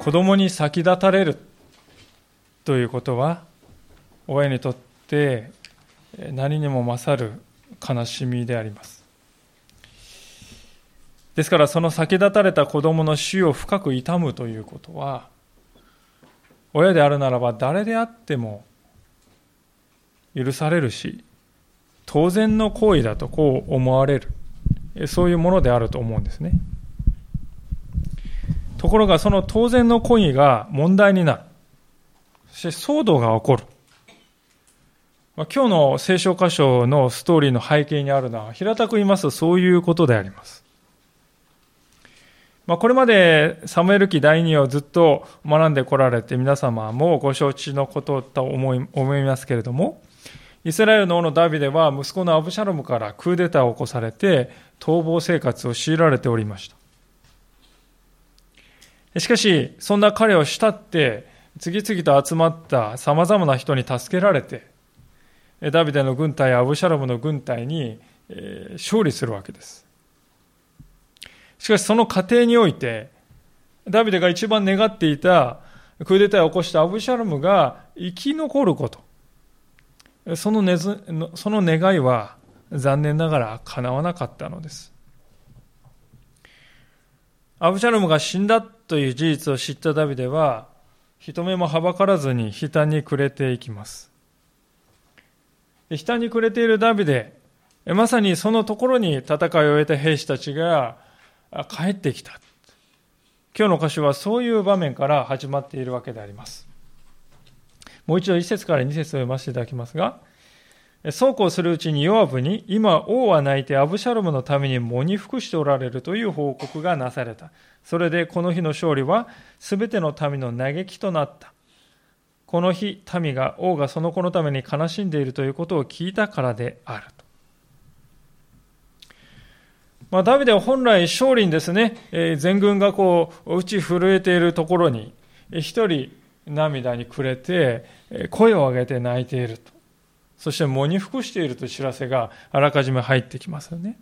子供に先立たれるということは、親にとって何にも勝る悲しみであります。ですから、その先立たれた子供の死を深く悼むということは、親であるならば誰であっても許されるし、当然の行為だとこう思われる、そういうものであると思うんですね。ところが、その当然の行為が問題になる。そして騒動が起こる。今日の聖書箇所のストーリーの背景にあるのは、平たく言いますとそういうことであります。これまでサムエル記第2をずっと学んでこられて、皆様もご承知のことと思いますけれども、イスラエルの王のダビデは息子のアブシャロムからクーデターを起こされて逃亡生活を強いられておりました。しかし、そんな彼を慕って次々と集まったさまざまな人に助けられて、ダビデの軍隊やアブシャロムの軍隊に勝利するわけです。しかし、その過程において、ダビデが一番願っていたクーデターを起こしたアブシャロムが生き残ること、その願いは残念ながら叶わなかったのです。アブシャロムが死んだという事実を知ったダビデは、人目もはばからずに悲嘆に暮れていきます。悲嘆に暮れているダビデ、まさにそのところに戦いを終えた兵士たちが帰ってきた。今日の箇所はそういう場面から始まっているわけであります。もう一度1節から2節を読ませていただきますが、そうこうするうちにヨアブに、今王は泣いてアブシャロムのために喪に服しておられるという報告がなされた。それでこの日の勝利はすべての民の嘆きとなった。この日、民が王がその子のために悲しんでいるということを聞いたからであると。ダビデは本来勝利にですね、全軍が打ち震えているところに、一人涙に暮れて、声を上げて泣いていると。そして喪に服しているという知らせがあらかじめ入ってきますよね。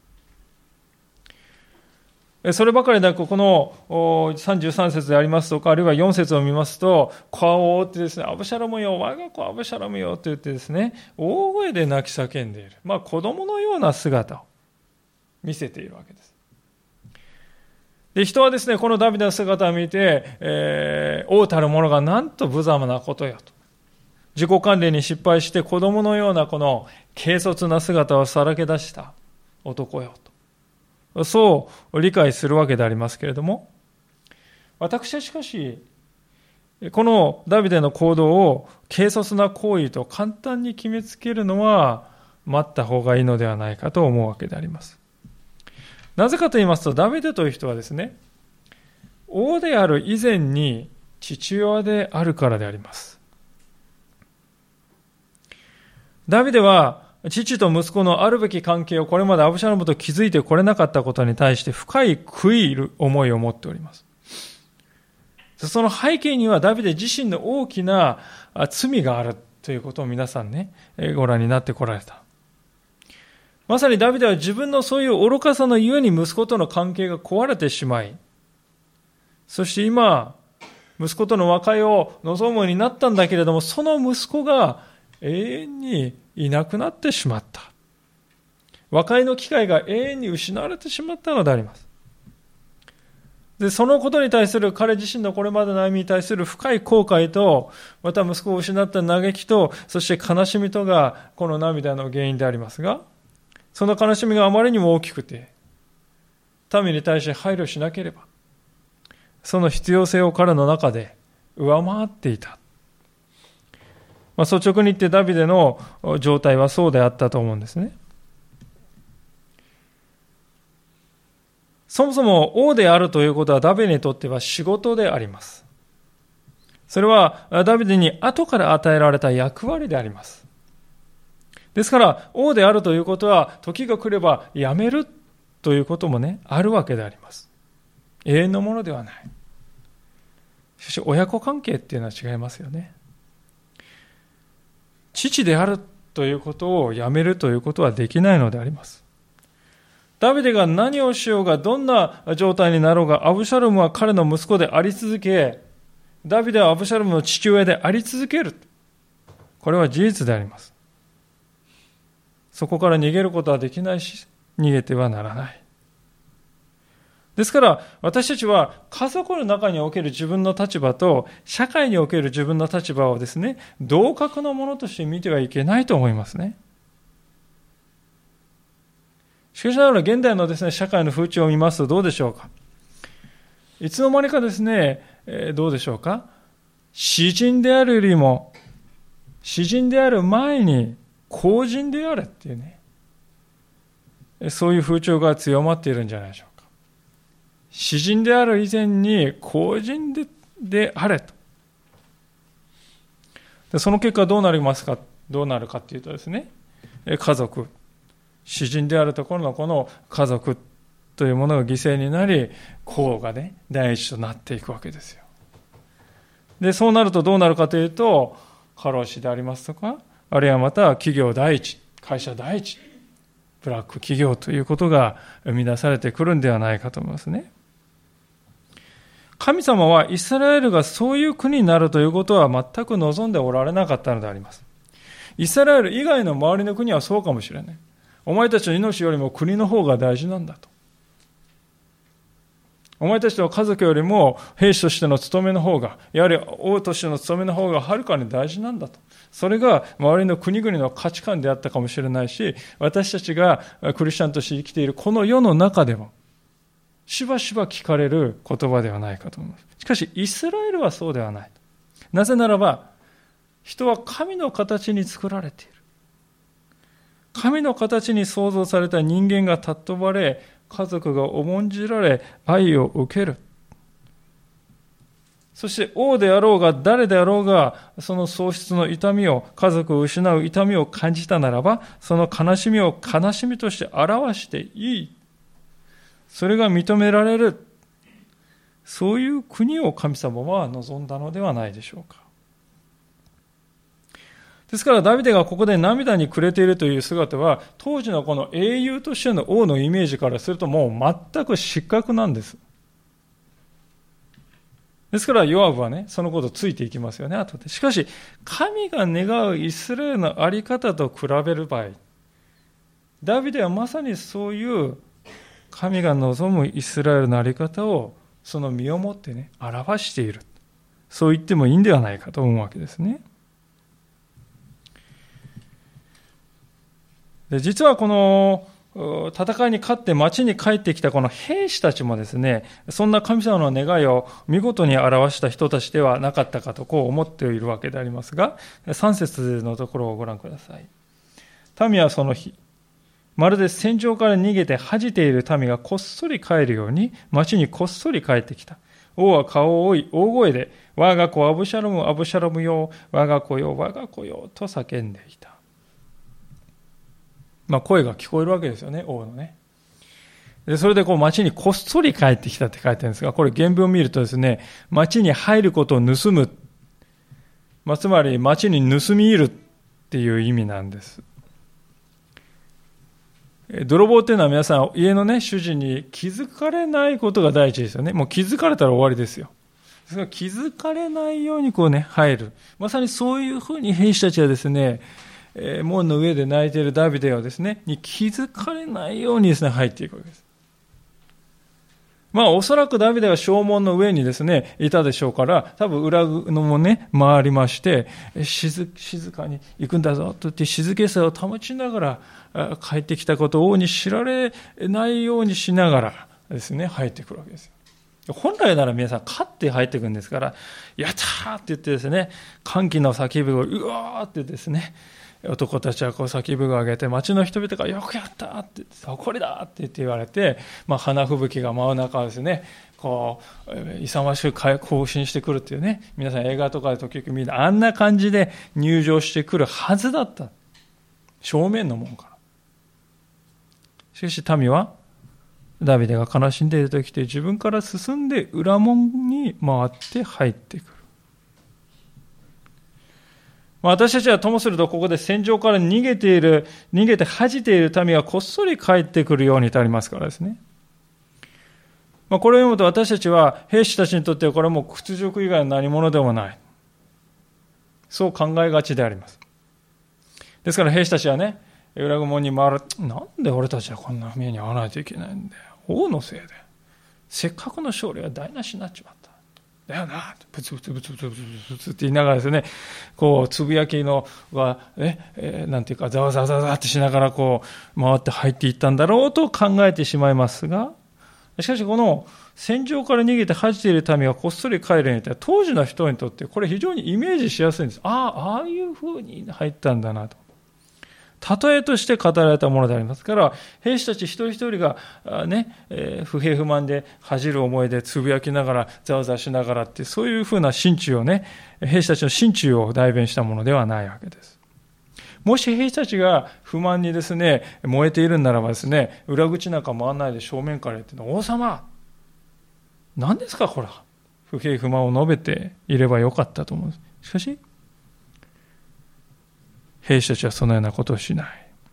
そればかりなく、この33節でありますとか、あるいは4節を見ますと、顔を覆ってですね、アブシャロムよ、我が子アブシャロムよと言ってですね、大声で泣き叫んでいる。子供のような姿を見せているわけです。で、人はですね、このダビデの姿を見て、王たる者がなんと無様なことよと。自己管理に失敗して子供のようなこの軽率な姿をさらけ出した男よと。そう理解するわけでありますけれども、私はしかし、このダビデの行動を軽率な行為と簡単に決めつけるのは待った方がいいのではないかと思うわけであります。なぜかと言いますと、ダビデという人はですね、王である以前に父親であるからであります。ダビデは父と息子のあるべき関係をこれまでアブシャロムと築いてこれなかったことに対して深い悔いる思いを持っております。その背景にはダビデ自身の大きな罪があるということを皆さんね、ご覧になってこられた。まさにダビデは自分のそういう愚かさのゆえに息子との関係が壊れてしまい、そして今、息子との和解を望むようになったんだけれども、その息子が永遠にいなくなってしまった。和解の機会が永遠に失われてしまったのであります。で、そのことに対する彼自身のこれまでの歩みに対する深い後悔と、また息子を失った嘆きと、そして悲しみとがこの涙の原因でありますが、その悲しみがあまりにも大きくて、民に対して配慮しなければ、その必要性を彼の中で上回っていた。率直に言ってダビデの状態はそうであったと思うんですね。そもそも王であるということはダビデにとっては仕事であります。それはダビデに後から与えられた役割であります。ですから王であるということは時が来れば辞めるということもね、あるわけであります。永遠のものではない。しかし親子関係っていうのは違いますよね。父であるということをやめるということはできないのであります。 ダビデが何をしようが、どんな状態になろうが、アブシャロムは彼の息子であり続け、ダビデはアブシャロムの父親であり続ける。これは事実であります。そこから逃げることはできないし、逃げてはならない。ですから、私たちは家族の中における自分の立場と、社会における自分の立場をですね、同格のものとして見てはいけないと思いますね。しかしながら現代のですね、社会の風潮を見ますとどうでしょうか。いつの間にかですね、どうでしょうか。詩人であるよりも、詩人である前に公人であれっていうね、そういう風潮が強まっているんじゃないでしょうか。詩人である以前に公人であれと。でその結果どうなるかっていうとですね、家族、詩人であるところのこの家族というものが犠牲になり、公がね、第一となっていくわけですよ。で、そうなるとどうなるかというと、過労死でありますとか、あるいはまた企業第一、会社第一、ブラック企業ということが生み出されてくるんではないかと思いますね。神様はイスラエルがそういう国になるということは全く望んでおられなかったのであります。イスラエル以外の周りの国はそうかもしれない。お前たちの命よりも国の方が大事なんだと。お前たちの家族よりも兵士としての務めの方が、やはり王としての務めの方がはるかに大事なんだと。それが周りの国々の価値観であったかもしれないし、私たちがクリスチャンとして生きているこの世の中でも、しばしば聞かれる言葉ではないかと思います。しかし、イスラエルはそうではない。なぜならば、人は神の形に作られている。神の形に創造された人間が尊ばれ、家族が重んじられ、愛を受ける。そして王であろうが誰であろうが、その喪失の痛みを、家族を失う痛みを感じたならば、その悲しみを悲しみとして表していい。それが認められる。そういう国を神様は望んだのではないでしょうか。ですからダビデがここで涙に暮れているという姿は、当時のこの英雄としての王のイメージからするともう全く失格なんです。ですからヨアブはね、そのことついていきますよね、後で。しかし、神が願うイスラエルの在り方と比べる場合、ダビデはまさにそういう神が望むイスラエルの在り方をその身をもってね、表している。そう言ってもいいんではないかと思うわけですね。で実はこの戦いに勝って町に帰ってきたこの兵士たちもですね、そんな神様の願いを見事に表した人たちではなかったかとこう思っているわけでありますが、3節のところをご覧ください。民はその日、まるで戦場から逃げて恥じている民がこっそり帰るように町にこっそり帰ってきた。王は顔を覆い大声で、我が子アブシャロム、アブシャロムよ、我が子よ、我が子よと叫んでいた。声が聞こえるわけですよね、王のね。でそれで町にこっそり帰ってきたって書いてあるんですが、これ原文を見るとですね、町に入ることを盗む、つまり町に盗み入るっていう意味なんです。泥棒っていうのは皆さん家のね、主人に気づかれないことが第一ですよね。もう気づかれたら終わりですよ。ですから気づかれないように入る。まさにそういうふうに兵士たちはですね、門の上で泣いているダビデはですね、に気づかれないようにですね、入っていくわけです。おそらくダビデは正門の上にですね、いたでしょうから、多分裏のもね、回りまして、静かに行くんだぞと言って静けさを保ちながら帰ってきたことを王に知られないようにしながらですね、入ってくるわけですよ。本来なら皆さん勝って入ってくるんですから、やったーって言ってですね、歓喜の叫びをうわーってですね、男たちは叫びを上げて、町の人々がよくやったって、誇りだって言われて、花吹雪が舞う中ですね、勇ましく行進してくるっていうね、皆さん映画とかで時々見るあんな感じで入場してくるはずだった。正面の門から。しかし民は、ダビデが悲しんでいるときて自分から進んで裏門に回って入ってくる。 私たちはともするとここで戦場から逃げて恥じている民がこっそり帰ってくるように至りますからですね。これを読むと私たちは兵士たちにとってはこれはもう屈辱以外の何者でもない。そう考えがちであります。ですから兵士たちはね、裏雲に回る。なんで俺たちはこんな目に遭わないといけないんだよ。王のせいで。せっかくの勝利が台無しになっちまった。だよな、ブツブツブツブツブツブツって言いながらですね、こうつぶやきのはなんていうかざわざわざわってしながらこう回って入っていったんだろうと考えてしまいますが、しかしこの戦場から逃げて恥じている民がこっそり帰るには当時の人にとってこれ非常にイメージしやすいんです。ああいうふうに入ったんだなと。例えとして語られたものでありますから、兵士たち一人一人が不平不満で恥じる思いでつぶやきながらざわざわしながらって、そういうふうな心中をね、兵士たちの心中を代弁したものではないわけです。もし兵士たちが不満にですね燃えているならばですね、裏口なんか回らないで正面から言って、王様何ですかこれは、不平不満を述べていればよかったと思うんです。しかし兵士たちはそのようなことをしない。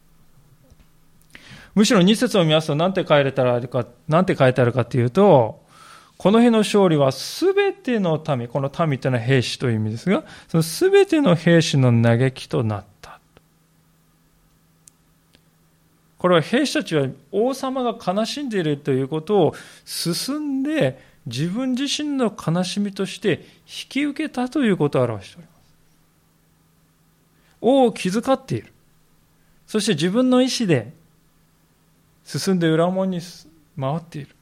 むしろ2節を見ますと何て書いてあるかというと、この日の勝利はすべての民、この民というのは兵士という意味ですが、そのすべての兵士の嘆きとなった。これは兵士たちは王様が悲しんでいるということを進んで自分自身の悲しみとして引き受けたということを表しております。王を気遣っている。そして自分の意思で進んで裏門に回っている。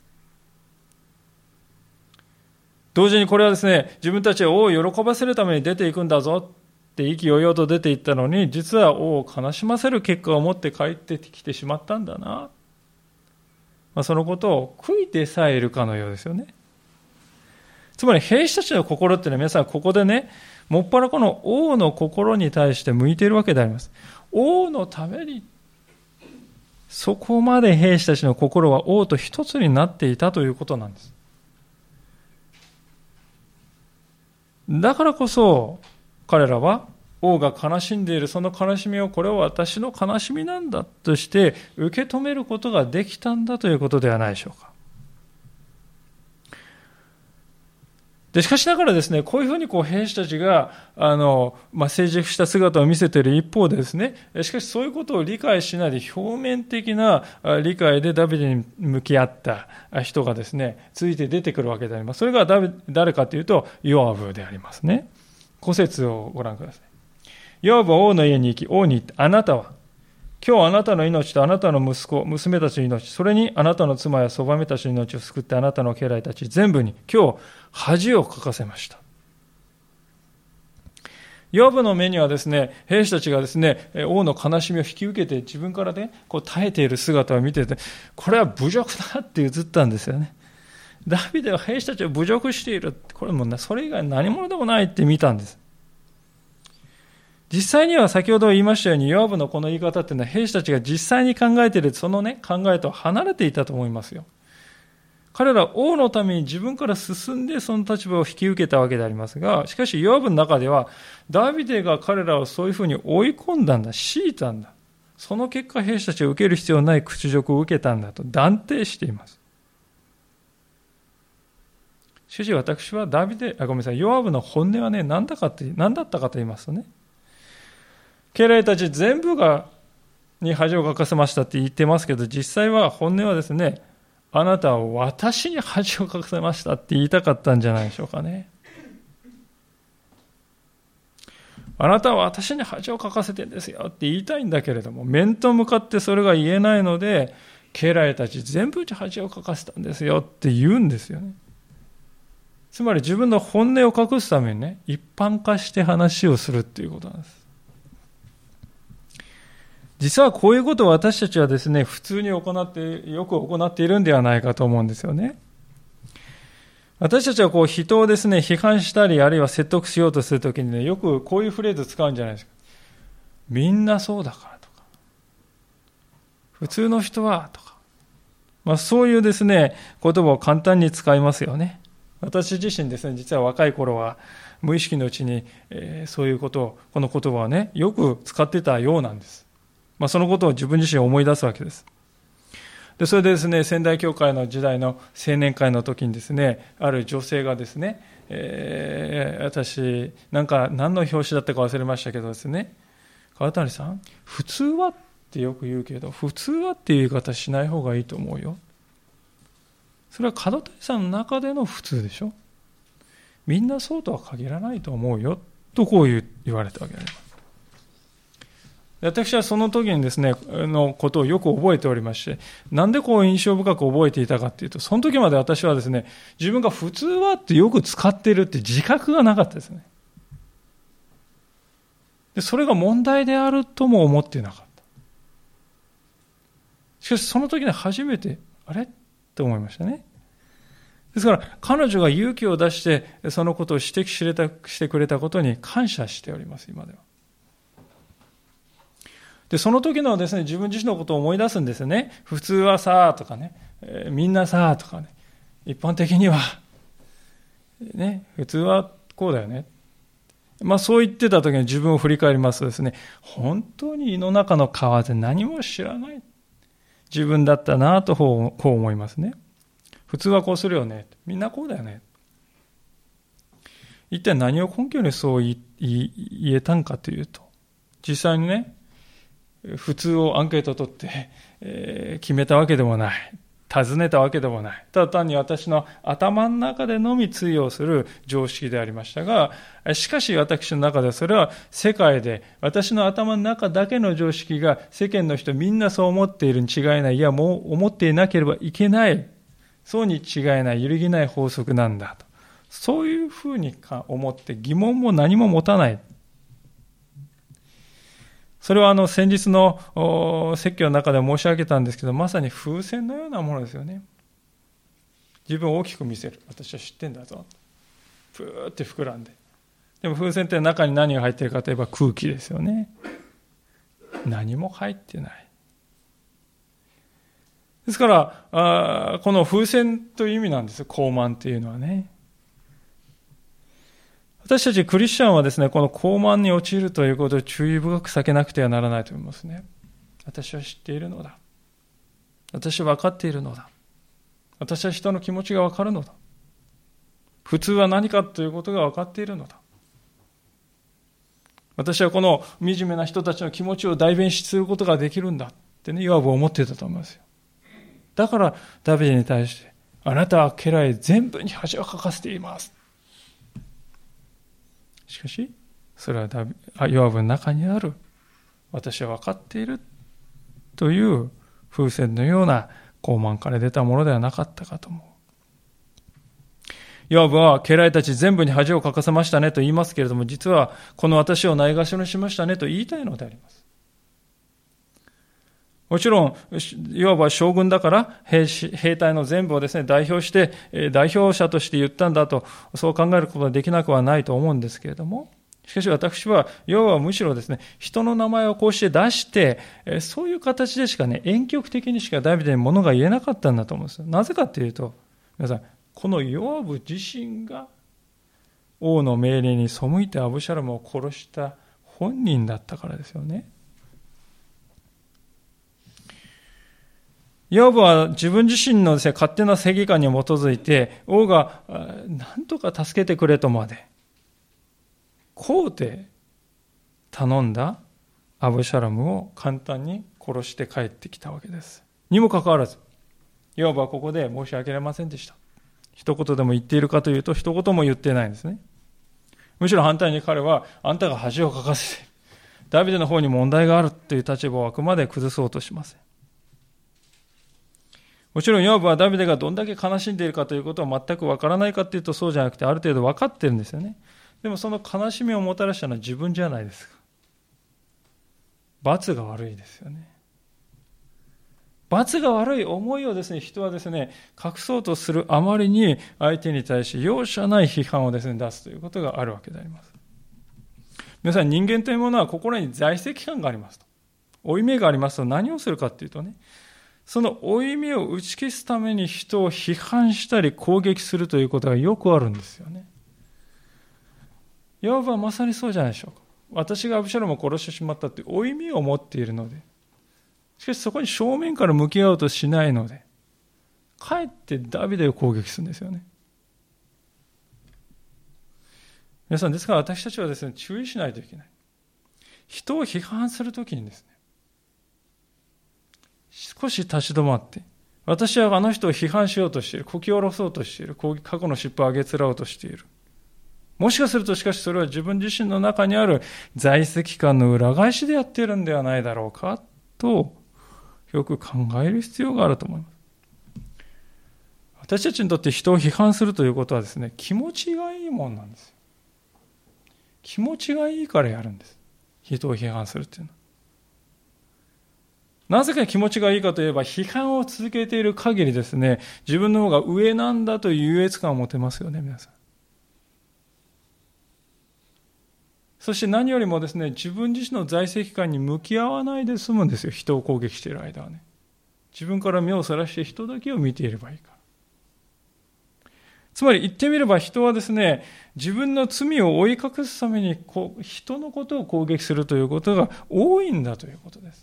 同時にこれはですね、自分たちは王を喜ばせるために出ていくんだぞって意気揚々と出ていったのに、実は王を悲しませる結果を持って帰ってきてしまったんだな。そのことを悔いてさえいるかのようですよね。つまり兵士たちの心っていうのは、皆さんここでね、もっぱらこの王の心に対して向いているわけであります。王のために、そこまで兵士たちの心は王と一つになっていたということなんです。だからこそ彼らは王が悲しんでいるその悲しみを、これは私の悲しみなんだとして受け止めることができたんだということではないでしょうか。でしかしながらですね、こういうふうに兵士たちが成熟した姿を見せている一方でですね、しかしそういうことを理解しないで表面的な理解でダビデに向き合った人がですね、続いて出てくるわけであります。それが誰かというとヨアブでありますね。5節をご覧ください。ヨアブは王の家に行き、王に言った。あなたは今日あなたの命とあなたの息子、娘たちの命、それにあなたの妻やそばめたちの命を救ってあなたの家来たち全部に今日恥をかかせました。ヨブの目にはですね、兵士たちがですね、王の悲しみを引き受けて自分からね、耐えている姿を見てて、これは侮辱だって映ったんですよね。ダビデは兵士たちを侮辱している。これもそれ以外何者でもないって見たんです。実際には先ほど言いましたように、ヨアブのこの言い方っていうのは兵士たちが実際に考えているそのね、考えと離れていたと思いますよ。彼らは王のために自分から進んでその立場を引き受けたわけでありますが、しかしヨアブの中ではダビデが彼らをそういうふうに追い込んだんだ、強いたんだ。その結果兵士たちは受ける必要ない屈辱を受けたんだと断定しています。しかし私はヨアブの本音はね、何だったかと言いますとね、家来たち全部に恥をかかせましたって言ってますけど、実際は本音はですね、あなたは私に恥をかかせましたって言いたかったんじゃないでしょうかね。あなたは私に恥をかかせてんですよって言いたいんだけれども、面と向かってそれが言えないので、家来たち全部に恥をかかせたんですよって言うんですよね。つまり自分の本音を隠すためにね、一般化して話をするっていうことなんです。実はこういうことを私たちはですね、普通によく行っているんではないかと思うんですよね。私たちは人をですね、批判したり、あるいは説得しようとするときにね、よくこういうフレーズを使うんじゃないですか。みんなそうだからとか、普通の人はとか、そういうですね、言葉を簡単に使いますよね。 私自身ですね、実は若い頃は無意識のうちに、そういうことを、この言葉をね、よく使ってたようなんです。そのことを自分自身思い出すわけです。で、それでですね、仙台教会の時代の青年会の時にですね、ある女性がですね、私、何の表紙だったか忘れましたけどですね、川谷さん、普通はってよく言うけど、普通はっていう言い方しない方がいいと思うよ。それは門谷さんの中での普通でしょ。みんなそうとは限らないと思うよ、とこう言われたわけであります。私はその時にですね、のことをよく覚えておりまして、なんでこう印象深く覚えていたかっていうと、その時まで私はですね、自分が普通はってよく使っているって自覚がなかったですね。で、それが問題であるとも思っていなかった。しかしその時に初めて、あれって思いましたね。ですから彼女が勇気を出してそのことを指摘してくれたことに感謝しております、今では。で、その時のですね、自分自身のことを思い出すんですね。普通はさとかね、みんなさとかね、一般的にはね、普通はこうだよね。そう言ってた時に自分を振り返りますとですね、本当に胃の中の蛙で何も知らない自分だったなとこう思いますね。普通はこうするよね。みんなこうだよね。一体何を根拠にそう言えたんかというと、実際にね、普通をアンケートを取って、決めたわけでもない。尋ねたわけでもない。ただ単に私の頭の中でのみ通用する常識でありましたが、しかし私の中ではそれは世界で私の頭の中だけの常識が世間の人みんなそう思っているに違いない。いや、もう思っていなければいけない。そうに違いない、揺るぎない法則なんだと。そういうふうに思って疑問も何も持たない。それは先日の説教の中で申し上げたんですけど、まさに風船のようなものですよね。自分を大きく見せる。私は知ってんだぞ。プーって膨らんで。でも風船って中に何が入っているかといえば空気ですよね。何も入ってない。ですから、この風船という意味なんですよ。高慢というのはね。私たちクリスチャンはですね、この高慢に陥るということを注意深く避けなくてはならないと思いますね。私は知っているのだ。私は分かっているのだ。私は人の気持ちが分かるのだ。普通は何かということが分かっているのだ。私はこの惨めな人たちの気持ちを代弁することができるんだってね、ヨアブは思っていたと思いますよ。だからダビデに対して、あなたは家来全部に恥をかかせています。しかし、それはヨアブの中にある、私は分かっているという風船のような高慢から出たものではなかったかと思う。ヨアブは家来たち全部に恥をかかせましたねと言いますけれども、実はこの私をないがしろにしましたねと言いたいのであります。もちろん、ヨアブは将軍だから兵隊の全部をですね、代表者として言ったんだと、そう考えることができなくはないと思うんですけれども、しかし私は、ヨアブはむしろですね、人の名前をこうして出して、そういう形でしかね、婉曲的にしかダビデに物が言えなかったんだと思うんです。なぜかというと、皆さん、このヨアブ自身が王の命令に背いてアブシャロムを殺した本人だったからですよね。ヨアブは自分自身のですね、勝手な正義感に基づいて、王が何とか助けてくれとまで、こうて頼んだアブシャロムを簡単に殺して帰ってきたわけです。にもかかわらず、ヨアブはここで申し訳ありませんでした。一言でも言っているかというと、一言も言っていないんですね。むしろ反対に彼は、あんたが恥をかかせて、ダビデの方に問題があるという立場をあくまで崩そうとしません。もちろんヨアブはダビデがどんだけ悲しんでいるかということは全くわからないかというとそうじゃなくて、ある程度分かってるんですよね。でもその悲しみをもたらしたのは自分じゃないですか。罰が悪いですよね。罰が悪い思いをですね、人はですね、隠そうとするあまりに相手に対して容赦ない批判をですね、出すということがあるわけであります。皆さん、人間というものは心に在籍感がありますと。負い目がありますと何をするかというとね、 その負い目を打ち消すために人を批判したり攻撃するということがよくあるんですよね。ヨアブはまさにそうじゃないでしょうか。私がアブシャロムを殺してしまったという負い目を持っているので、しかしそこに正面から向き合おうとしないので、かえってダビデを攻撃するんですよね。皆さん、ですから私たちはですね、注意しないといけない。人を批判するときにですね、少し立ち止まって、私はあの人を批判しようとしている、こき下ろそうとしている、過去の失敗を上げつらおうとしている。もしかするとしかしそれは自分自身の中にある在籍感の裏返しでやっているんではないだろうかとよく考える必要があると思います。私たちにとって人を批判するということはですね、気持ちがいいもんなんですよ。気持ちがいいからやるんです。人を批判するっていうのは。なぜか気持ちがいいかといえば、批判を続けている限りですね、自分の方が上なんだという優越感を持てますよね、皆さん。そして何よりもですね、自分自身の在籍感に向き合わないで済むんですよ。人を攻撃している間はね。自分から目をそらして人だけを見ていればいいから。つまり言ってみれば人はですね、自分の罪を覆い隠すために人のことを攻撃するということが多いんだということです。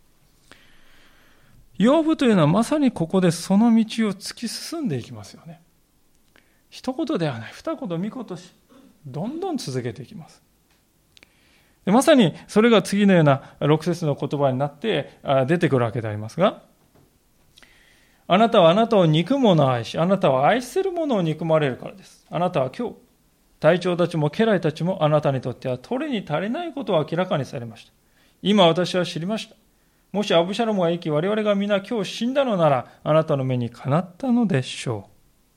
ヨブというのはまさにここでその道を突き進んでいきますよね。一言ではない、二言三言し、どんどん続けていきます。まさにそれが次のような6節の言葉になって出てくるわけでありますが、あなたはあなたを憎む者を愛し、あなたは愛する者を憎まれるからです。あなたは今日、隊長たちも家来たちもあなたにとっては取るに足りないことを明らかにされました。今私は知りました。もしアブシャロムが生き、我々が皆今日死んだのなら、あなたの目にかなったのでしょう。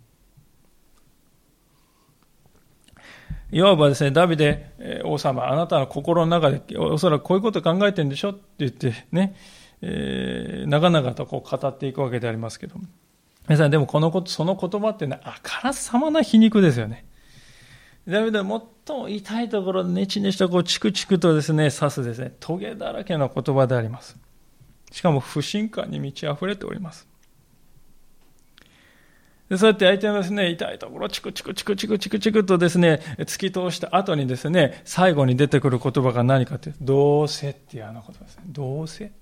ヨアブはですね、ダビデ王様、あなたの心の中でおそらくこういうことを考えてるんでしょって言ってね、長々とこう語っていくわけでありますけども。皆さん、でもその言葉っていうのはあからさまな皮肉ですよね。ダビデは最も痛いところでネチネチとこうチクチクとですね、刺すですね、トゲだらけの言葉であります。しかも不信感に満ち溢れております。でそうやって相手のですね、痛いところチクチクチクチクチクチクとですね、突き通した後にですね、最後に出てくる言葉が何かというと、どうせっていうような言葉ですね。どうせ。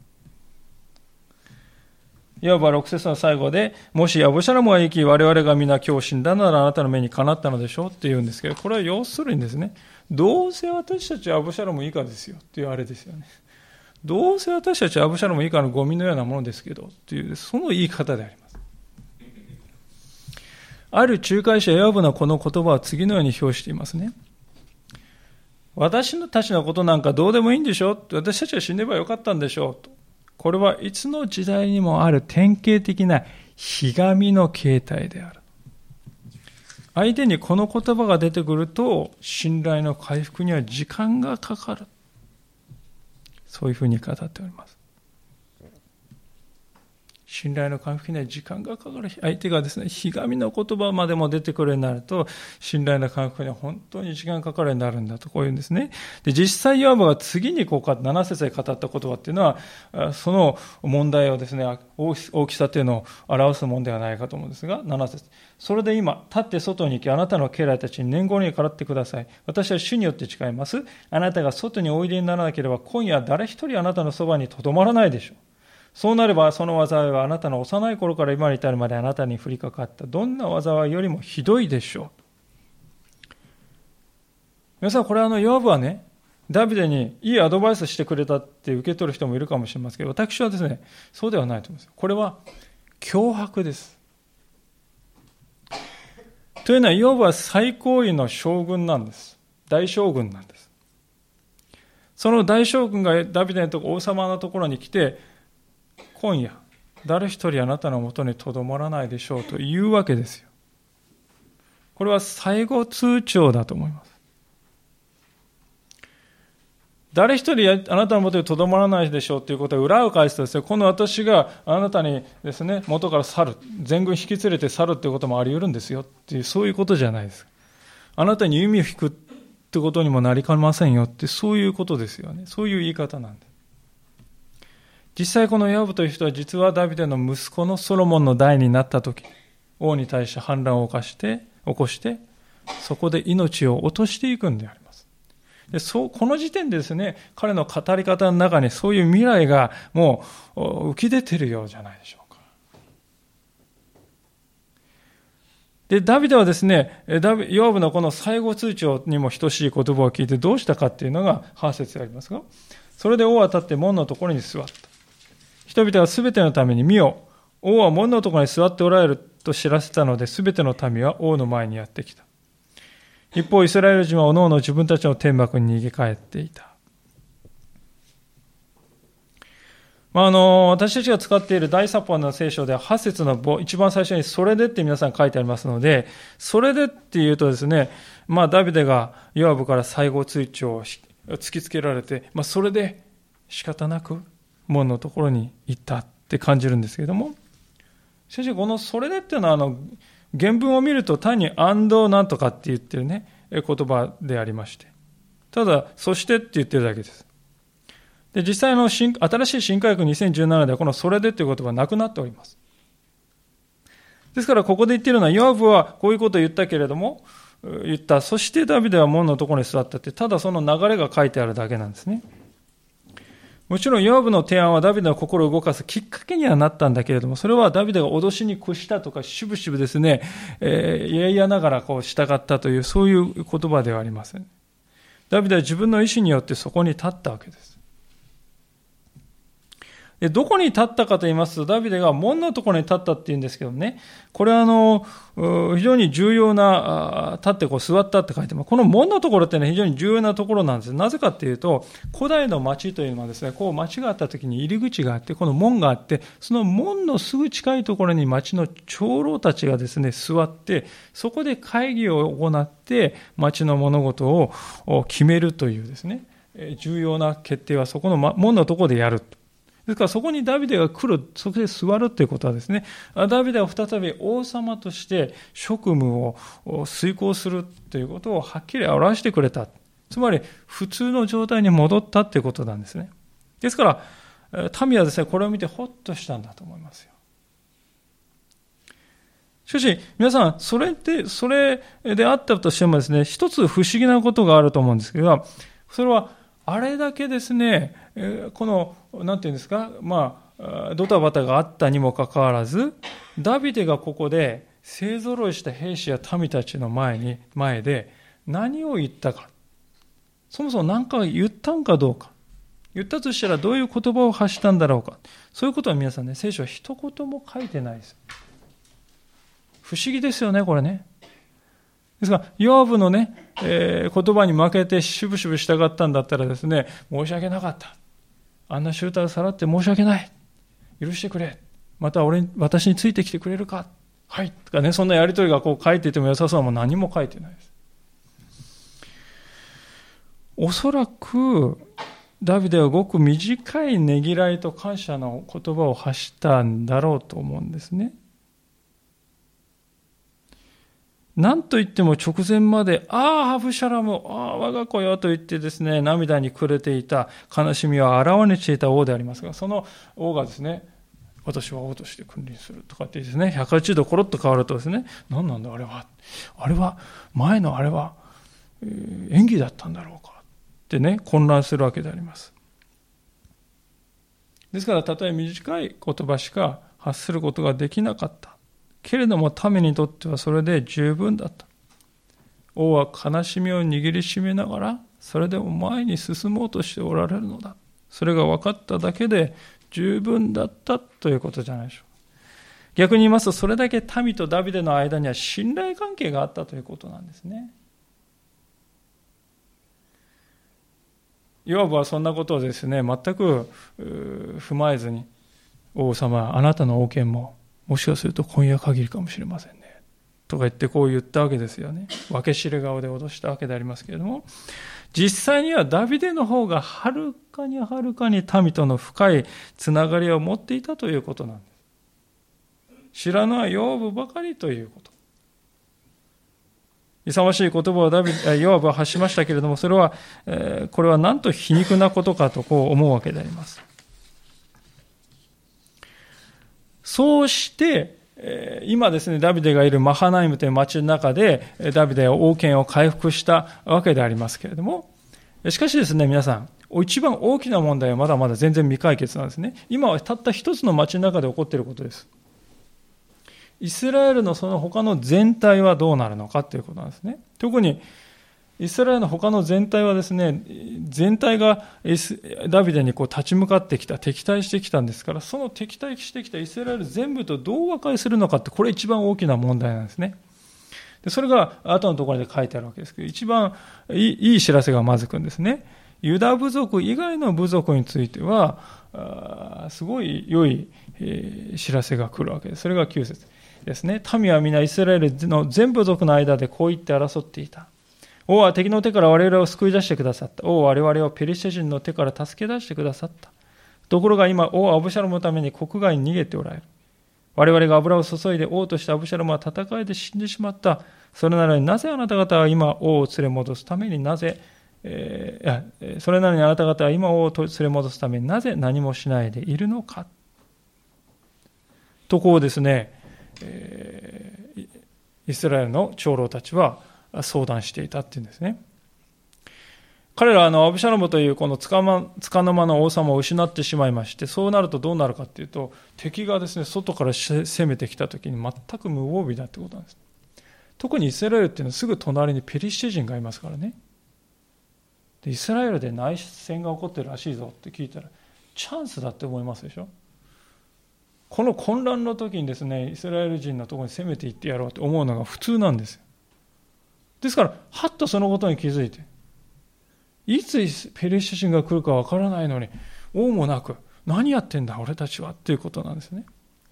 いわば6節の最後で、もしアブシャロムが生き、我々が皆今日死んだならあなたの目にかなったのでしょうって言うんですけど、これは要するにですね、どうせ私たちはアブシャロム以下ですよっていうあれですよね。どうせ私たちはアブシャロム以下のゴミのようなものですけどっていう、その言い方であります。ある仲介者ヨブのこの言葉は次のように表していますね。私たちのことなんかどうでもいいんでしょ、私たちは死ねばよかったんでしょうと。これはいつの時代にもある典型的なひがみの形態である。相手にこの言葉が出てくると信頼の回復には時間がかかる。そういうふうに語っております。信頼の回復には時間がかかる。相手がですね、ひがみの言葉までも出てくるようになると、信頼の回復には本当に時間がかかるようになるんだと、こういうんですね。で、実際ヨアブが次に7節で語った言葉っていうのは、その問題をですね、大きさというのを表すものではないかと思うんですが、7節。それで今、立って外に行き、あなたの家来たちに年号に払ってください。私は主によって誓います。あなたが外においでにならなければ、今夜誰一人あなたのそばにとどまらないでしょう。そうなればその災いはあなたの幼い頃から今に至るまであなたに降りかかったどんな災いよりもひどいでしょう。皆さん、これヨアブはね、ダビデにいいアドバイスしてくれたって受け取る人もいるかもしれませんけど、私はですね、そうではないと思います。これは脅迫です。というのは、ヨアブは最高位の将軍なんです。大将軍なんです。その大将軍がダビデのところ、王様のところに来て、今夜誰一人あなたのもとにとどまらないでしょうというわけですよ。これは最後通牒だと思います。誰一人あなたのもとにとどまらないでしょうということは裏を返すとですね、今度私があなたにですね、元から去る、全軍引き連れて去るということもあり得るんですよっていう、そういうことじゃないです。あなたに弓を引くってことにもなりかねませんよって、そういうことですよね。そういう言い方なんです。 実際このヨアブという人は実はダビデの息子のソロモンの代になった時、王に対して反乱を起こして、そこで命を落としていくんであります。で、この時点でですね、彼の語り方の中にそういう未来がもう浮き出ているようじゃないでしょうか。で、ダビデはですね、ヨアブのこの最後通帳にも等しい言葉を聞いてどうしたかっていうのが8節でありますが、それで王は立って門のところに座った。人々はすべてのために見よ、王は門のところに座っておられると知らせたので、すべての民は王の前にやってきた。一方、イスラエル人はおのおの自分たちの天幕に逃げ帰っていた。私たちが使っている大サポンの聖書では8節の一番最初にそれでって皆さん書いてありますので、それでっていうとですね、ダビデがヨアブから最後通帳を突きつけられて、それで仕方なく門のところに行ったって感じるんですけれども、しかしこのそれでっていうのは原文を見ると単に&なんとかって言ってるね、言葉でありまして、ただそしてって言ってるだけです。で、実際の新しい新科学2017ではこのそれでという言葉はなくなっております。ですからここで言っているのは、ヨアブはこういうことを言ったけれども、そしてダビデは門のところに座ったって、ただその流れが書いてあるだけなんですね。もちろんヨアブの提案はダビデの心を動かすきっかけにはなったんだけれども、それはダビデが脅しに屈したとか、しぶしぶですね、いやいやながら従ったという、そういう言葉ではありません。ダビデは自分の意思によってそこに立ったわけです。で、どこに立ったかと言いますと、ダビデが門のところに立ったって言うんですけどね、これは非常に重要な、立って座ったって書いてます。この門のところって非常に重要なところなんです。なぜかっていうと、古代の町というのはですね、町があった時に入り口があって、この門があって、その門のすぐ近いところに町の長老たちがですね、座って、そこで会議を行って、町の物事を決めるというですね、重要な決定はそこの門のところでやる。ですからそこにダビデが来る、そこで座るということはですね、ダビデは再び王様として職務を遂行するということをはっきり表してくれた。つまり普通の状態に戻ったということなんですね。ですから民はですね、これを見てほっとしたんだと思いますよ。しかし皆さん、それであったとしてもですね、一つ不思議なことがあると思うんですけど、それはあれだけですね、このなんていうんですか、ドタバタがあったにもかかわらず、ダビデがここで勢ぞろいした兵士や民たちの前で何を言ったか、そもそも何か言ったんかどうか、言ったとしたらどういう言葉を発したんだろうか、そういうことは皆さんね、聖書は一言も書いてないです。不思議ですよね、これね。ですが、ヨアブのね、言葉に負けてしぶしぶ従ったんだったらですね、申し訳なかった。あんな集体をさらって申し訳ない。許してくれ。また私についてきてくれるか。はい。とかね、そんなやりとりが書いていても良さそうなも何も書いてないです。おそらく、ダビデはごく短いねぎらいと感謝の言葉を発したんだろうと思うんですね。なんと言っても直前まで、アブシャラム、我が子よと言ってですね、涙に暮れていた、悲しみをあらわにしていた王でありますが、その王がですね、私は王として君臨するとかってですね、180度コロッと変わるとですね、何なんだあれは、前のあれは、演技だったんだろうかってね、混乱するわけであります。ですから、たとえ短い言葉しか発することができなかった。けれども民にとってはそれで十分だった。王は悲しみを握りしめながら、それでも前に進もうとしておられるのだ。それが分かっただけで十分だったということじゃないでしょう。逆に言いますと、それだけ民とダビデの間には信頼関係があったということなんですね。ヨアブはそんなことをですね、全く踏まえずに、王様、あなたの王権ももしかすると今夜限りかもしれませんね。とか言って言ったわけですよね。分け知れ顔で脅したわけでありますけれども、実際にはダビデの方がはるかに民との深いつながりを持っていたということなんです。知らないヨアブばかりということ。勇ましい言葉をヨアブは発しましたけれども、それは、これはなんと皮肉なことかと思うわけであります。 そうして、今ですね、ダビデがいるマハナイムという町の中で、ダビデは王権を回復したわけでありますけれども、しかしですね、皆さん、一番大きな問題はまだまだ全然未解決なんですね。今はたった一つの町の中で起こっていることです。イスラエルのその他の全体はどうなるのかということなんですね。特にイスラエルの他の全体はですね、全体がダビデに立ち向かってきた、敵対してきたんですから、その敵対してきたイスラエル全部とどう和解するのかって、これ一番大きな問題なんですね。でそれが後のところで書いてあるわけですけど、一番いい知らせがまずくんですね。ユダ部族以外の部族については、すごい良い知らせが来るわけです。それが9節ですね。民は皆イスラエルの全部族の間でこう言って争っていた。王は敵の手から我々を救い出してくださった。王は我々をペリシテ人の手から助け出してくださった。ところが今、王はアブシャロムのために国外に逃げておられる。我々が油を注いで王としてアブシャロムは戦いで死んでしまった。それなのになぜあなた方は今王を連れ戻すためにそれなのにあなた方は今王を連れ戻すためになぜ何もしないでいるのか。とこうですね、イスラエルの長老たちは相談していたっていうんですね。彼らはアブシャロムというこのつかの間の王様を失ってしまいまして、そうなるとどうなるかというと、敵がですね、外から攻めてきたときに全く無防備だということなんです。特にイスラエルっていうのはすぐ隣にペリシテ人がいますからね。でイスラエルで内戦が起こってるらしいぞって聞いたら、チャンスだって思いますでしょ。この混乱の時にですね、イスラエル人のところに攻めていってやろうと思うのが普通なんですよ。ですから、はっとそのことに気づいて、いつペリシテ人が来るかわからないのに、王もなく、何やってんだ俺たちはっていうことなんですね。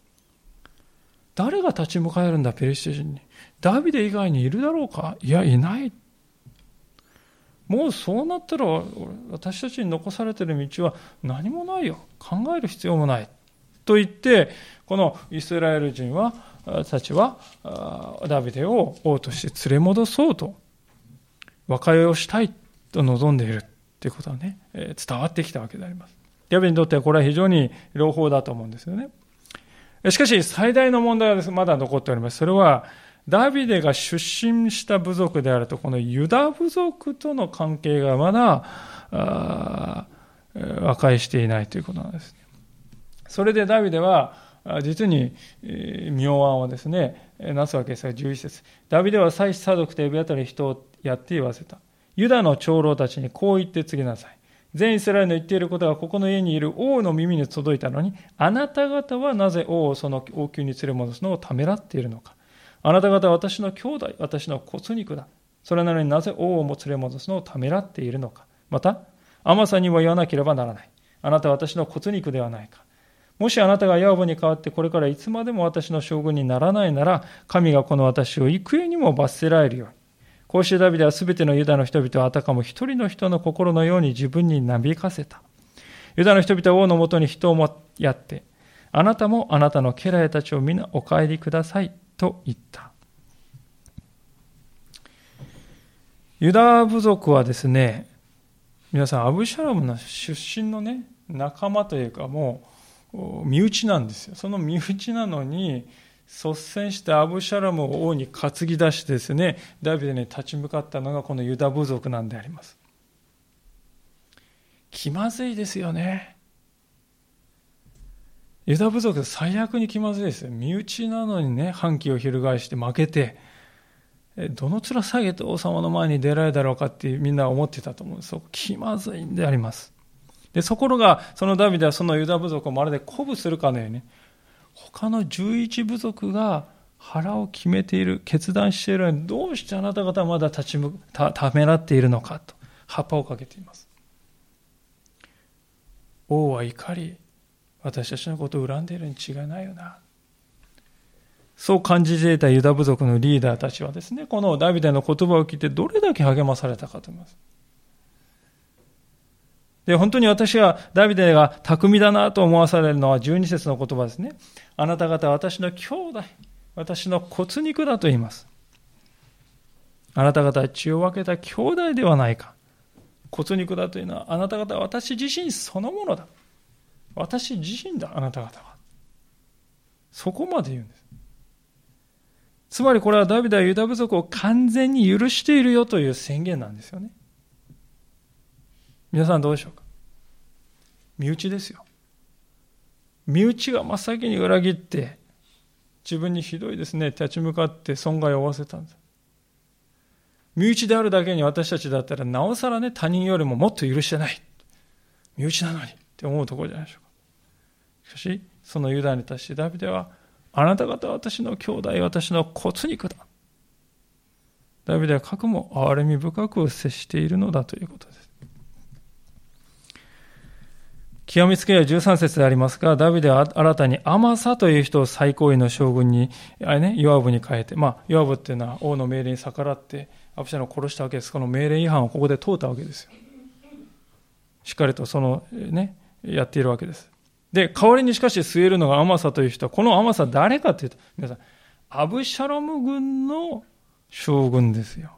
誰が立ち向かえるんだペリシテ人に。ダビデ以外にいるだろうか。いや、いない。もうそうなったら私たちに残されている道は何もないよ。考える必要もない。と言って、このイスラエル人たちはダビデを王として連れ戻そうと、和解をしたいと望んでいるということはね、伝わってきたわけであります。ダビデにとってはこれは非常に朗報だと思うんですよね。しかし最大の問題はまだ残っております。それはダビデが出身した部族であると、このユダ部族との関係がまだ和解していないということなんです。それでダビデは実に妙案をですね、なすわけですが、11節。ダビデは祭司サドクとエビアタリ人をやって言わせた。ユダの長老たちにこう言って告げなさい。全イスラエルの言っていることがここの家にいる王の耳に届いたのに、あなた方はなぜ王をその王宮に連れ戻すのをためらっているのか。あなた方は私の兄弟、私の骨肉だ。それなのになぜ王をも連れ戻すのをためらっているのか。また、アマサにも言わなければならない。あなたは私の骨肉ではないか。もしあなたがヤオブに代わってこれからいつまでも私の将軍にならないなら、神がこの私を幾重にも罰せられるように。こうしてダビデはすべてのユダの人々をあたかも一人の人の心のように自分になびかせた。ユダの人々は王のもとに人をもやって、あなたもあなたの家来たちを皆お帰りくださいと言った。ユダ部族はですね、皆さんアブシャロムの出身のね、仲間というかもう身内なんですよ。その身内なのに率先してアブシャロムを王に担ぎ出してですね、ダビデに立ち向かったのがこのユダ部族なんであります。気まずいですよね。ユダ部族最悪に気まずいですよ。身内なのにね、反旗を翻して負けて、どの面下げて王様の前に出られるだろうかってみんな思ってたと思うんです。気まずいんであります。で、ところがそのダビデはそのユダ部族をまるで鼓舞するかのように、他の11部族が腹を決めている、決断しているのに、どうしてあなた方はまだためらっているのかと、葉っぱをかけています。王は怒り、私たちのことを恨んでいるに違いないよな。そう感じていたユダ部族のリーダーたちはですね、このダビデの言葉を聞いてどれだけ励まされたかと思います。で、本当に私はダビデが巧みだなと思わされるのは12節の言葉ですね。あなた方は私の兄弟、私の骨肉だと言います。あなた方は血を分けた兄弟ではないか。骨肉だというのはあなた方は私自身そのものだ。私自身だ、あなた方は。 そこまで言うんです。つまりこれはダビデはユダ部族を完全に許しているよという宣言なんですよね。皆さんどうでしょうか。身内ですよ。身内が真っ先に裏切って自分にひどいですね、立ち向かって損害を負わせたんです。身内であるだけに私たちだったらなおさらね、他人よりももっと許してない、身内なのにって思うところじゃないでしょうか。しかしそのユダに対してダビデは、あなた方は私の兄弟、私の骨肉だ。ダビデはかくも憐れみ深く接しているのだということです。極めつけは13節でありますが、ダビデは新たにアマサという人を最高位の将軍に、ヨアブに変えて、ヨアブっていうのは王の命令に逆らってアブシャロンを殺したわけです。この命令違反をここで問うたわけですよ。しっかりとやっているわけです。で、代わりにしかし据えるのがアマサという人は、このアマサ誰かというと、皆さん、アブシャロム軍の将軍ですよ。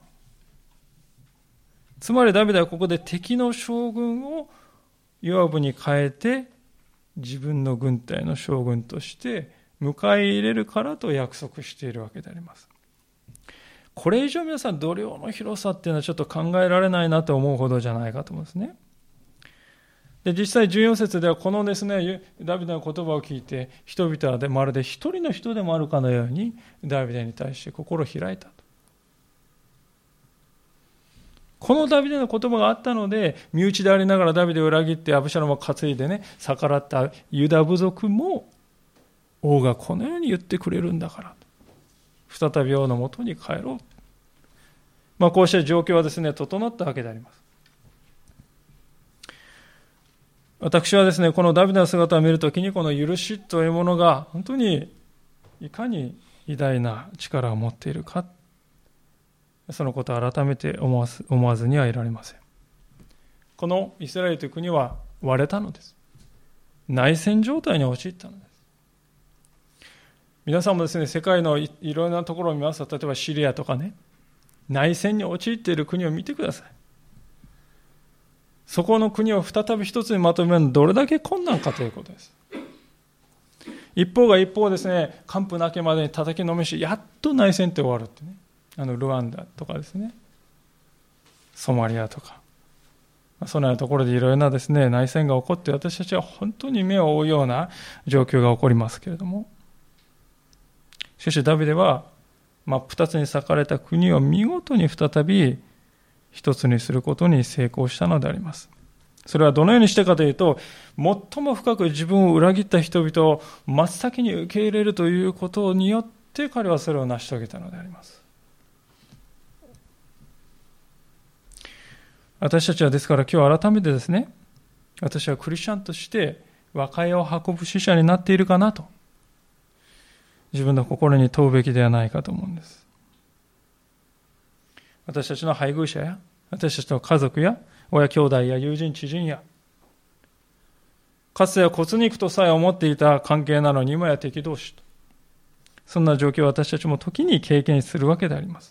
つまりダビデはここで敵の将軍をヨアブに変えて自分の軍隊の将軍として迎え入れるからと約束しているわけであります。これ以上皆さん度量の広さっていうのはちょっと考えられないなと思うほどじゃないかと思うんですね。で、実際14節ではこのですね、ダビデの言葉を聞いて人々はまるで一人の人でもあるかのようにダビデに対して心を開いたと。このダビデの言葉があったので、身内でありながらダビデを裏切ってアブシャロンを担いでね、逆らったユダ部族も、王がこのように言ってくれるんだから、再び王のもとに帰ろう。こうした状況はですね、整ったわけであります。私はですね、このダビデの姿を見るときに、この許しというものが、本当にいかに偉大な力を持っているか、そのことを改めて思わずにはいられません。このイスラエルという国は割れたのです。内戦状態に陥ったのです。皆さんもですね、世界のいろいろなところを見ますと、例えばシリアとかね、内戦に陥っている国を見てください。そこの国を再び一つにまとめるのはどれだけ困難かということです。一方が一方ですね、完膚なきまでに叩きのめし、やっと内戦って終わるってね。ルワンダとかですね、ソマリアとか、そのようなところでいろいろなですね、内戦が起こって、私たちは本当に目を覆うような状況が起こりますけれども、しかしダビデは真っ二つに裂かれた国を見事に再び一つにすることに成功したのであります。それはどのようにしてかというと、最も深く自分を裏切った人々を真っ先に受け入れるということによって彼はそれを成し遂げたのであります。私たちはですから今日改めてですね、私はクリスチャンとして和解を運ぶ使者になっているかなと、自分の心に問うべきではないかと思うんです。私たちの配偶者や、私たちの家族や、親兄弟や友人知人や、かつては骨肉とさえ思っていた関係なのに今や敵同士と、そんな状況を私たちも時に経験するわけであります。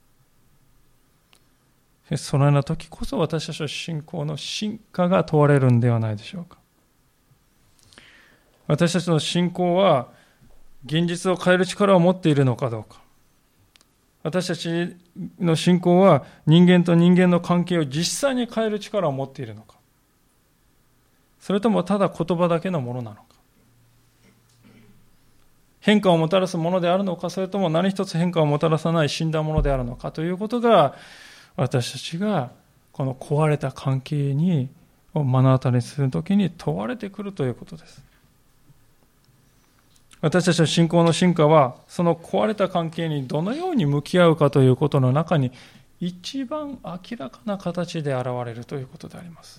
そのような時こそ私たちの信仰の真価が問われるんではないでしょうか。私たちの信仰は現実を変える力を持っているのかどうか。私たちの信仰は人間と人間の関係を実際に変える力を持っているのか。それともただ言葉だけのものなのか。変化をもたらすものであるのか、それとも何一つ変化をもたらさない死んだものであるのかということが、私たちがこの壊れた関係を目の当たりにするときに問われてくるということです。私たちの信仰の進化はその壊れた関係にどのように向き合うかということの中に一番明らかな形で現れるということであります。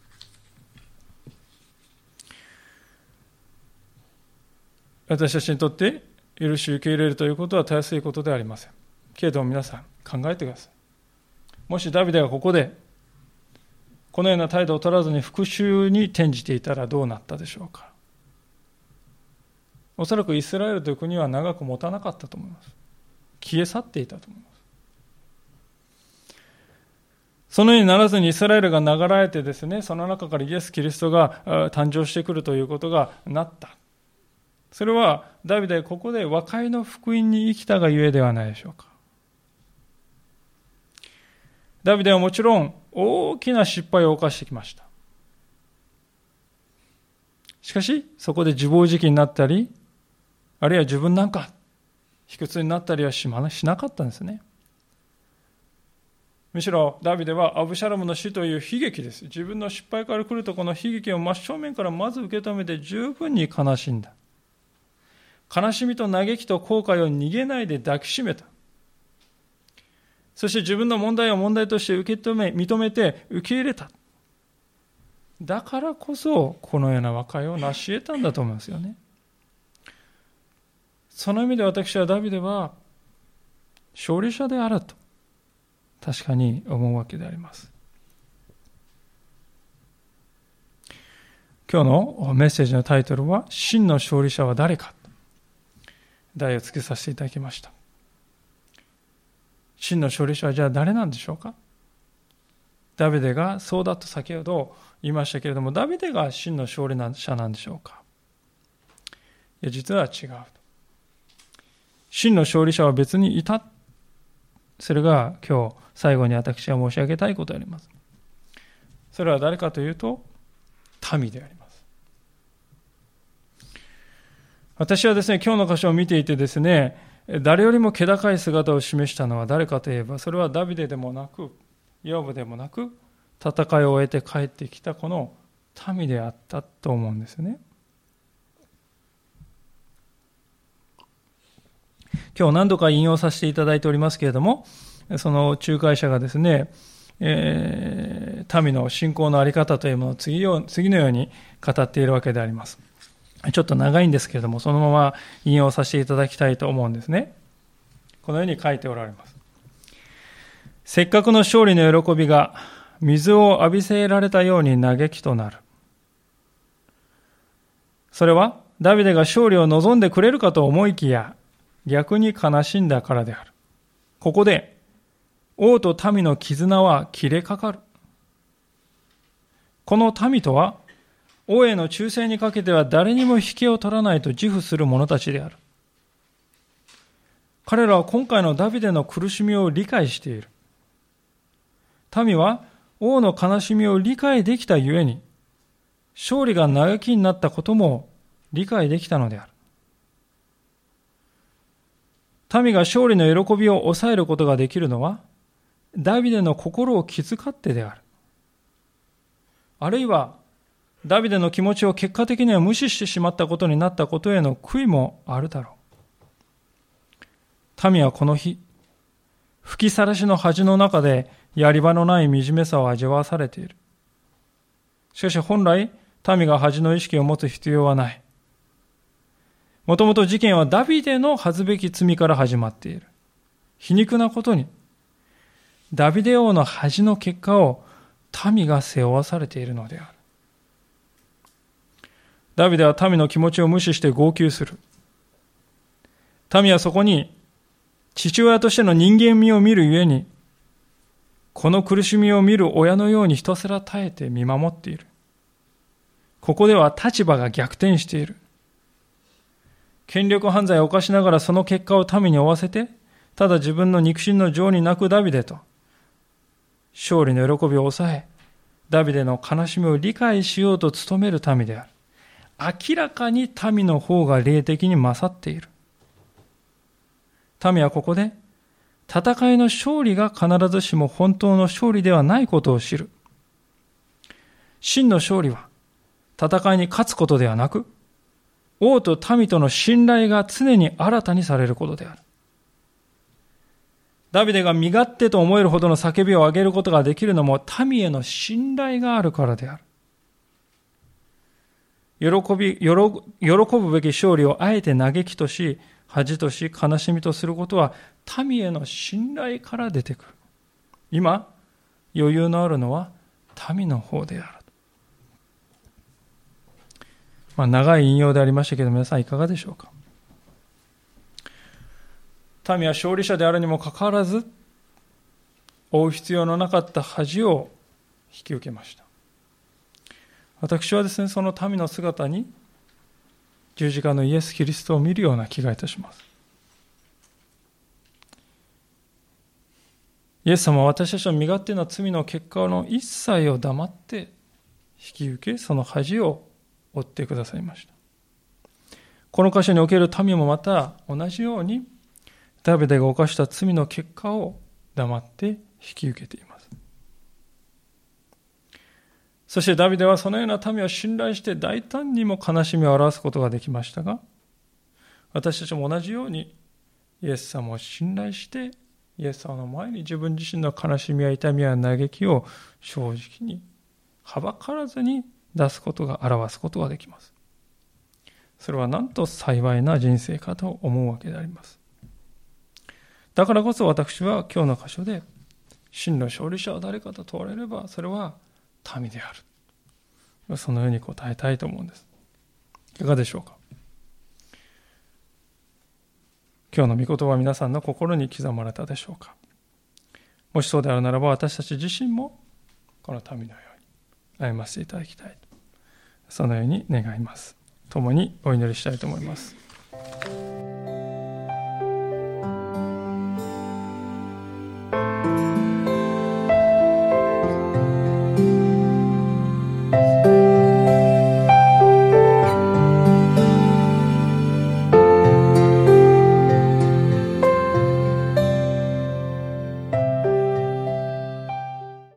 私たちにとって許し受け入れるということはたやすいことではありません。けれども皆さん考えてください。もしダビデがここでこのような態度を取らずに復讐に転じていたらどうなったでしょうか。おそらくイスラエルという国は長く持たなかったと思います。消え去っていたと思います。そのようにならずにイスラエルが流れてですね、その中からイエス・キリストが誕生してくるということがなった。 それはダビデはここで和解の福音に生きたがゆえではないでしょうか。ダビデはもちろん大きな失敗を犯してきました。しかし、そこで自暴自棄になったり、あるいは自分なんか、卑屈になったりはしなかったんですね。むしろダビデはアブシャロムの死という悲劇です。自分の失敗から来るとこの悲劇を真正面からまず受け止めて十分に悲しんだ。悲しみと嘆きと後悔を逃げないで抱きしめた。そして自分の問題を問題として認めて受け入れた。だからこそこのような和解を成し得たんだと思いますよね。その意味で私はダビデは勝利者であると確かに思うわけであります。今日のメッセージのタイトルは真の勝利者は誰か、題を付けさせていただきました。真の勝利者はじゃあ誰なんでしょうか。ダビデがそうだと先ほど言いましたけれども、ダビデが真の勝利者なんでしょうか。いや、実は違う。真の勝利者は別にいた。それが今日最後に私は申し上げたいことであります。それは誰かというと民であります。私はですね、今日の箇所を見ていてですね、誰よりも気高い姿を示したのは誰かといえば、それはダビデでもなくヨブでもなく、戦いを終えて帰ってきたこの民であったと思うんですね。今日何度か引用させていただいておりますけれども、その仲介者がですね、民の信仰のあり方というものを次のように語っているわけであります。ちょっと長いんですけれども、そのまま引用させていただきたいと思うんですね。このように書いておられます。せっかくの勝利の喜びが水を浴びせられたように嘆きとなる。それはダビデが勝利を望んでくれるかと思いきや、逆に悲しんだからである。ここで王と民の絆は切れかかる。この民とは王への忠誠にかけては誰にも引けを取らないと自負する者たちである。彼らは今回のダビデの苦しみを理解している。民は王の悲しみを理解できたゆえに、勝利が嘆きになったことも理解できたのである。民が勝利の喜びを抑えることができるのは、ダビデの心を気遣ってである。あるいは、ダビデの気持ちを結果的には無視してしまったことになったことへの悔いもあるだろう。民はこの日、吹きさらしの恥の中でやり場のない惨めさを味わわされている。しかし本来、民が恥の意識を持つ必要はない。もともと事件はダビデの恥ずべき罪から始まっている。皮肉なことに、ダビデ王の恥の結果を民が背負わされているのである。ダビデは民の気持ちを無視して号泣する。民はそこに父親としての人間味を見るゆえに、この苦しみを見る親のようにひたすら耐えて見守っている。ここでは立場が逆転している。権力犯罪を犯しながらその結果を民に負わせて、ただ自分の肉親の情に泣くダビデと、勝利の喜びを抑え、ダビデの悲しみを理解しようと努める民である。明らかに民の方が霊的に勝っている。民はここで、戦いの勝利が必ずしも本当の勝利ではないことを知る。真の勝利は、戦いに勝つことではなく、王と民との信頼が常に新たにされることである。ダビデが身勝手と思えるほどの叫びを上げることができるのも民への信頼があるからである。喜ぶべき勝利をあえて嘆きとし、恥とし、悲しみとすることは民への信頼から出てくる。今、余裕のあるのは民の方である。長い引用でありましたけど、皆さんいかがでしょうか。民は勝利者であるにもかかわらず、負う必要のなかった恥を引き受けました。私はですね、その民の姿に、 十字架のイエス・キリストを見るような気がいたします。イエス様は私たちの身勝手な罪の結果の一切を黙って引き受け、その恥を負ってくださいました。この箇所における民もまた同じように、ダビデが犯した罪の結果を黙って引き受けています。そしてダビデはそのような民を信頼して大胆にも悲しみを表すことができましたが、私たちも同じようにイエス様を信頼してイエス様の前に自分自身の悲しみや痛みや嘆きを正直にはばからずに出すことが表すことができます。それはなんと幸いな人生かと思うわけであります。だからこそ私は今日の箇所で真の勝利者は誰かと問われれば、それは民である。そのように答えたいと思うんです。いかがでしょうか。今日の御言葉は皆さんの心に刻まれたでしょうか。もしそうであるならば、私たち自身もこの民のように歩ませていただきたい。そのように願います。共にお祈りしたいと思います。